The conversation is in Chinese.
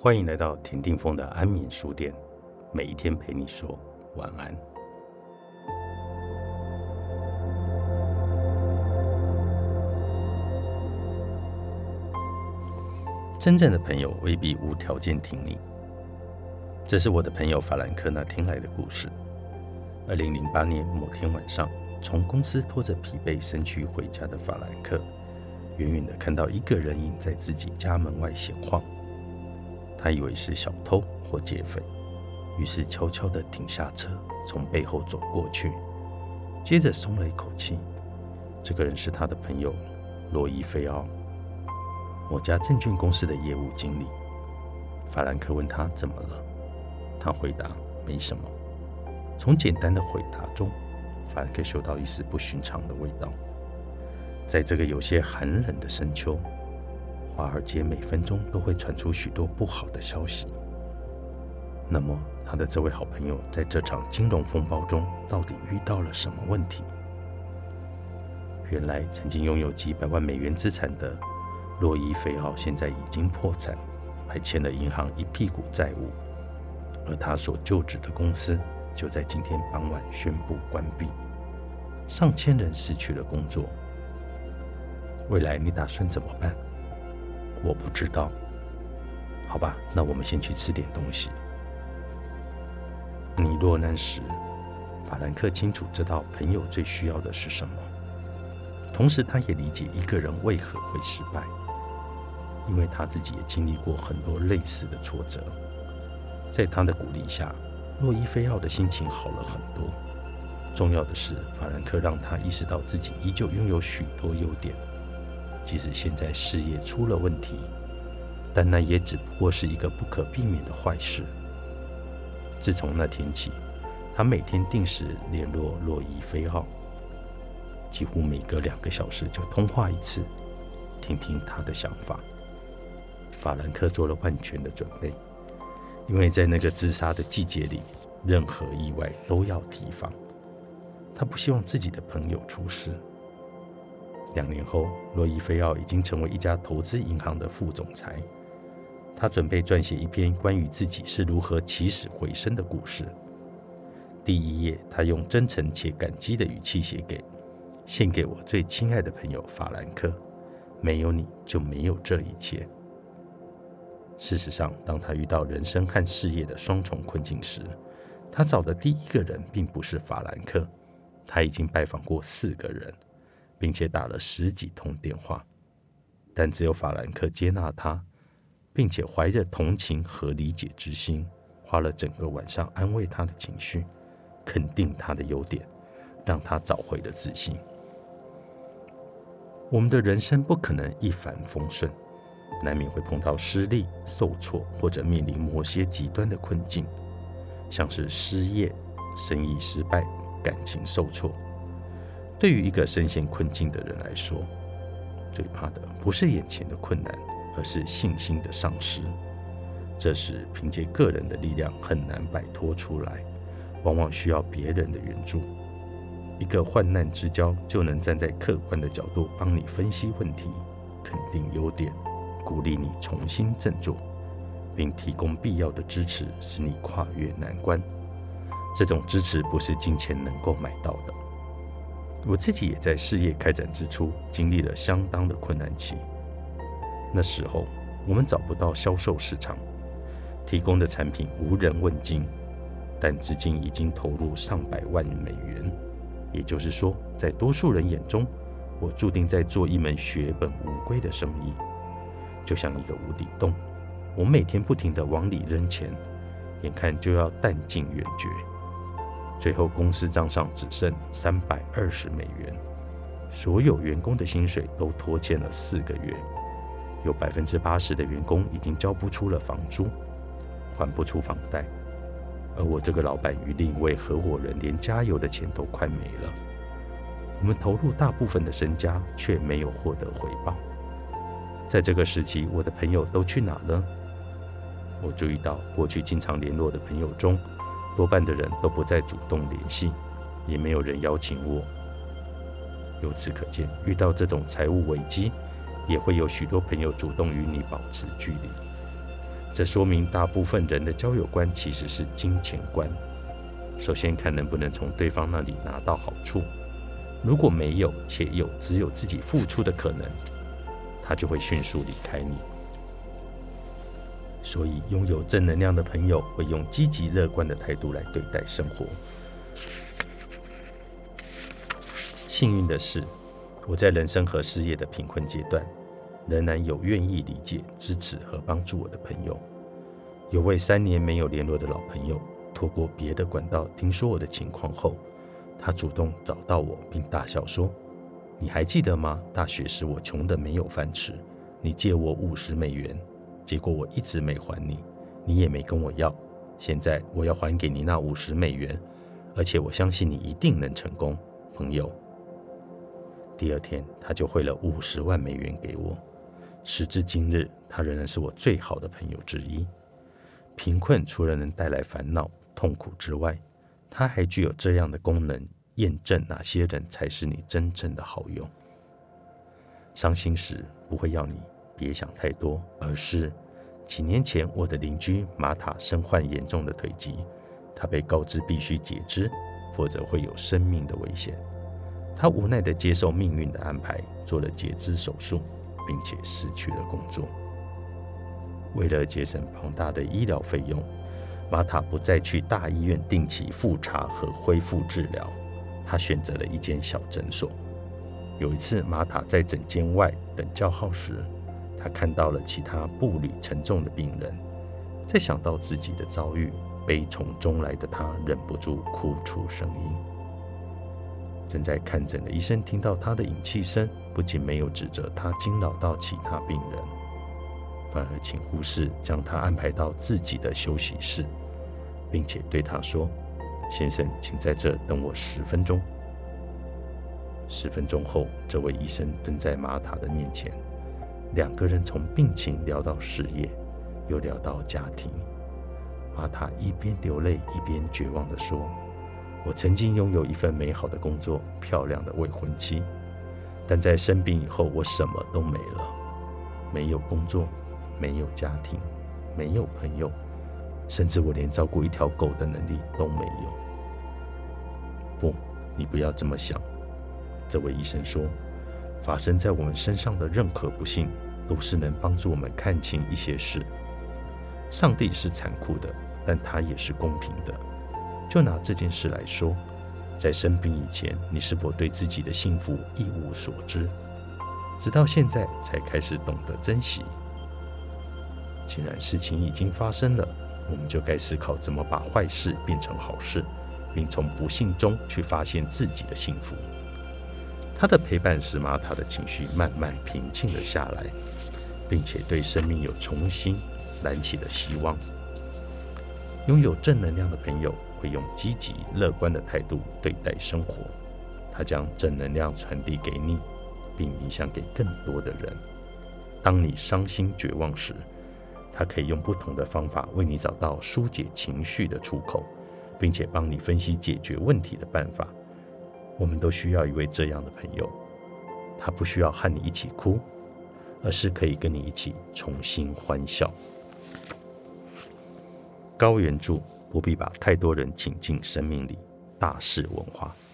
欢迎来到田定峰的安眠书店，每一天陪你说晚安。真正的朋友未必无条件挺你。这是我的朋友法兰克那听来的故事。2008年某天晚上，从公司拖着疲惫身躯回家的法兰克，远远地看到一个人影在自己家门外闲晃。他以为是小偷或劫匪，于是悄悄地停下车，从背后走过去，接着松了一口气。这个人是他的朋友洛伊菲奥，某家证券公司的业务经理。法兰克问他怎么了，他回答没什么。从简单的回答中，法兰克嗅到一丝不寻常的味道。在这个有些寒冷的深秋，华尔街每分钟都会传出许多不好的消息。那么他的这位好朋友在这场金融风暴中到底遇到了什么问题？原来曾经拥有几百万美元资产的洛伊菲奥现在已经破产，还欠了银行一屁股债务，而他所就职的公司就在今天傍晚宣布关闭，上千人失去了工作。未来你打算怎么办？我不知道。好吧，那我们先去吃点东西。你落难时，法兰克清楚知道朋友最需要的是什么，同时他也理解一个人为何会失败，因为他自己也经历过很多类似的挫折。在他的鼓励下，洛伊菲奥的心情好了很多。重要的是，法兰克让他意识到自己依旧拥有许多优点，即使现在事业出了问题，但那也只不过是一个不可避免的坏事。自从那天起，他每天定时联络洛伊菲奥，几乎每隔2个小时就通话一次，听听他的想法。法兰克做了万全的准备，因为在那个自杀的季节里，任何意外都要提防。他不希望自己的朋友出事。2年后，洛伊菲奥已经成为一家投资银行的副总裁。他准备撰写一篇关于自己是如何起死回生的故事。第1页，他用真诚且感激的语气写给：献给我最亲爱的朋友法兰克，没有你就没有这一切。事实上，当他遇到人生和事业的双重困境时，他找的第一个人并不是法兰克，他已经拜访过4个人，并且打了10几通电话，但只有法兰克接纳他，并且怀着同情和理解之心，花了整个晚上安慰他的情绪，肯定他的优点，让他找回了自信。我们的人生不可能一帆风顺，难免会碰到失利、受挫，或者面临某些极端的困境，像是失业、生意失败、感情受挫。对于一个深陷困境的人来说，最怕的不是眼前的困难，而是信心的丧失。这时凭借个人的力量很难摆脱出来，往往需要别人的援助。一个患难之交就能站在客观的角度帮你分析问题，肯定优点，鼓励你重新振作，并提供必要的支持，使你跨越难关。这种支持不是金钱能够买到的。我自己也在事业开展之初经历了相当的困难期。那时候我们找不到销售市场，提供的产品无人问津，但资金已经投入上百万美元。也就是说，在多数人眼中，我注定在做一门血本无归的生意，就像一个无底洞，我每天不停地往里扔钱，眼看就要弹尽援绝。最后公司账上只剩320美元，所有员工的薪水都拖欠了4个月，有80%的员工已经交不出了房租，还不出房贷，而我这个老板与另一位合伙人连加油的钱都快没了。我们投入大部分的身家，却没有获得回报。在这个时期，我的朋友都去哪了？我注意到过去经常联络的朋友中，多半的人都不再主动联系，也没有人邀请我。由此可见，遇到这种财务危机，也会有许多朋友主动与你保持距离。 这说明大部分人的交友观其实是金钱观。首先看能不能从对方那里拿到好处，如果没有且只有自己付出的可能，他就会迅速离开你。所以拥有正能量的朋友会用积极乐观的态度来对待生活。幸运的是，我在人生和事业的贫困阶段，仍然有愿意理解、支持和帮助我的朋友。有位3年没有联络的老朋友，透过别的管道听说我的情况后，他主动找到我，并大笑说：“你还记得吗？大学时我穷得没有饭吃，你借我$50，结果我一直没还你，你也没跟我要。现在我要还给你那$50，而且我相信你一定能成功，朋友。”第二天，他就汇了$50万给我。时至今日，他仍然是我最好的朋友之一。贫困除了能带来烦恼、痛苦之外，它还具有这样的功能，验证哪些人才是你真正的好友。伤心时不会要你别想太多，而是几年前我的邻居玛塔身患严重的腿疾，他被告知必须截肢，否则会有生命的危险。他无奈地接受命运的安排，做了截肢手术，并且失去了工作。为了节省庞大的医疗费用，玛塔不再去大医院定期复查和恢复治疗，他选择了一间小诊所。有一次，玛塔在诊间外等叫号时，他看到了其他步履沉重的病人。在想到自己的遭遇，悲从中来的他忍不住哭出声音。正在看诊的医生听到他的饮气声，不仅没有指责他惊扰到其他病人，反而请护士将他安排到自己的休息室，并且对他说：“先生，请在这等我10分钟。”10分钟后，这位医生蹲在玛塔的面前，2个人从病情聊到事业，又聊到家庭。玛塔一边流泪一边绝望地说：“我曾经拥有一份美好的工作，漂亮的未婚妻，但在生病以后，我什么都没了，没有工作，没有家庭，没有朋友，甚至我连照顾一条狗的能力都没有。”不，你不要这么想。这位医生说，发生在我们身上的任何不幸，都是能帮助我们看清一些事。上帝是残酷的，但他也是公平的。就拿这件事来说，在生病以前，你是否对自己的幸福一无所知，直到现在才开始懂得珍惜？既然事情已经发生了，我们就该思考怎么把坏事变成好事，并从不幸中去发现自己的幸福。他的陪伴使玛塔的情绪慢慢平静了下来，并且对生命有重新燃起了希望。拥有正能量的朋友会用积极乐观的态度对待生活，他将正能量传递给你，并影响给更多的人。当你伤心绝望时，他可以用不同的方法为你找到疏解情绪的出口，并且帮你分析解决问题的办法。我们都需要一位这样的朋友，他不需要和你一起哭，而是可以跟你一起重新欢笑。高原著不必把太多人请进生命里，大事文化。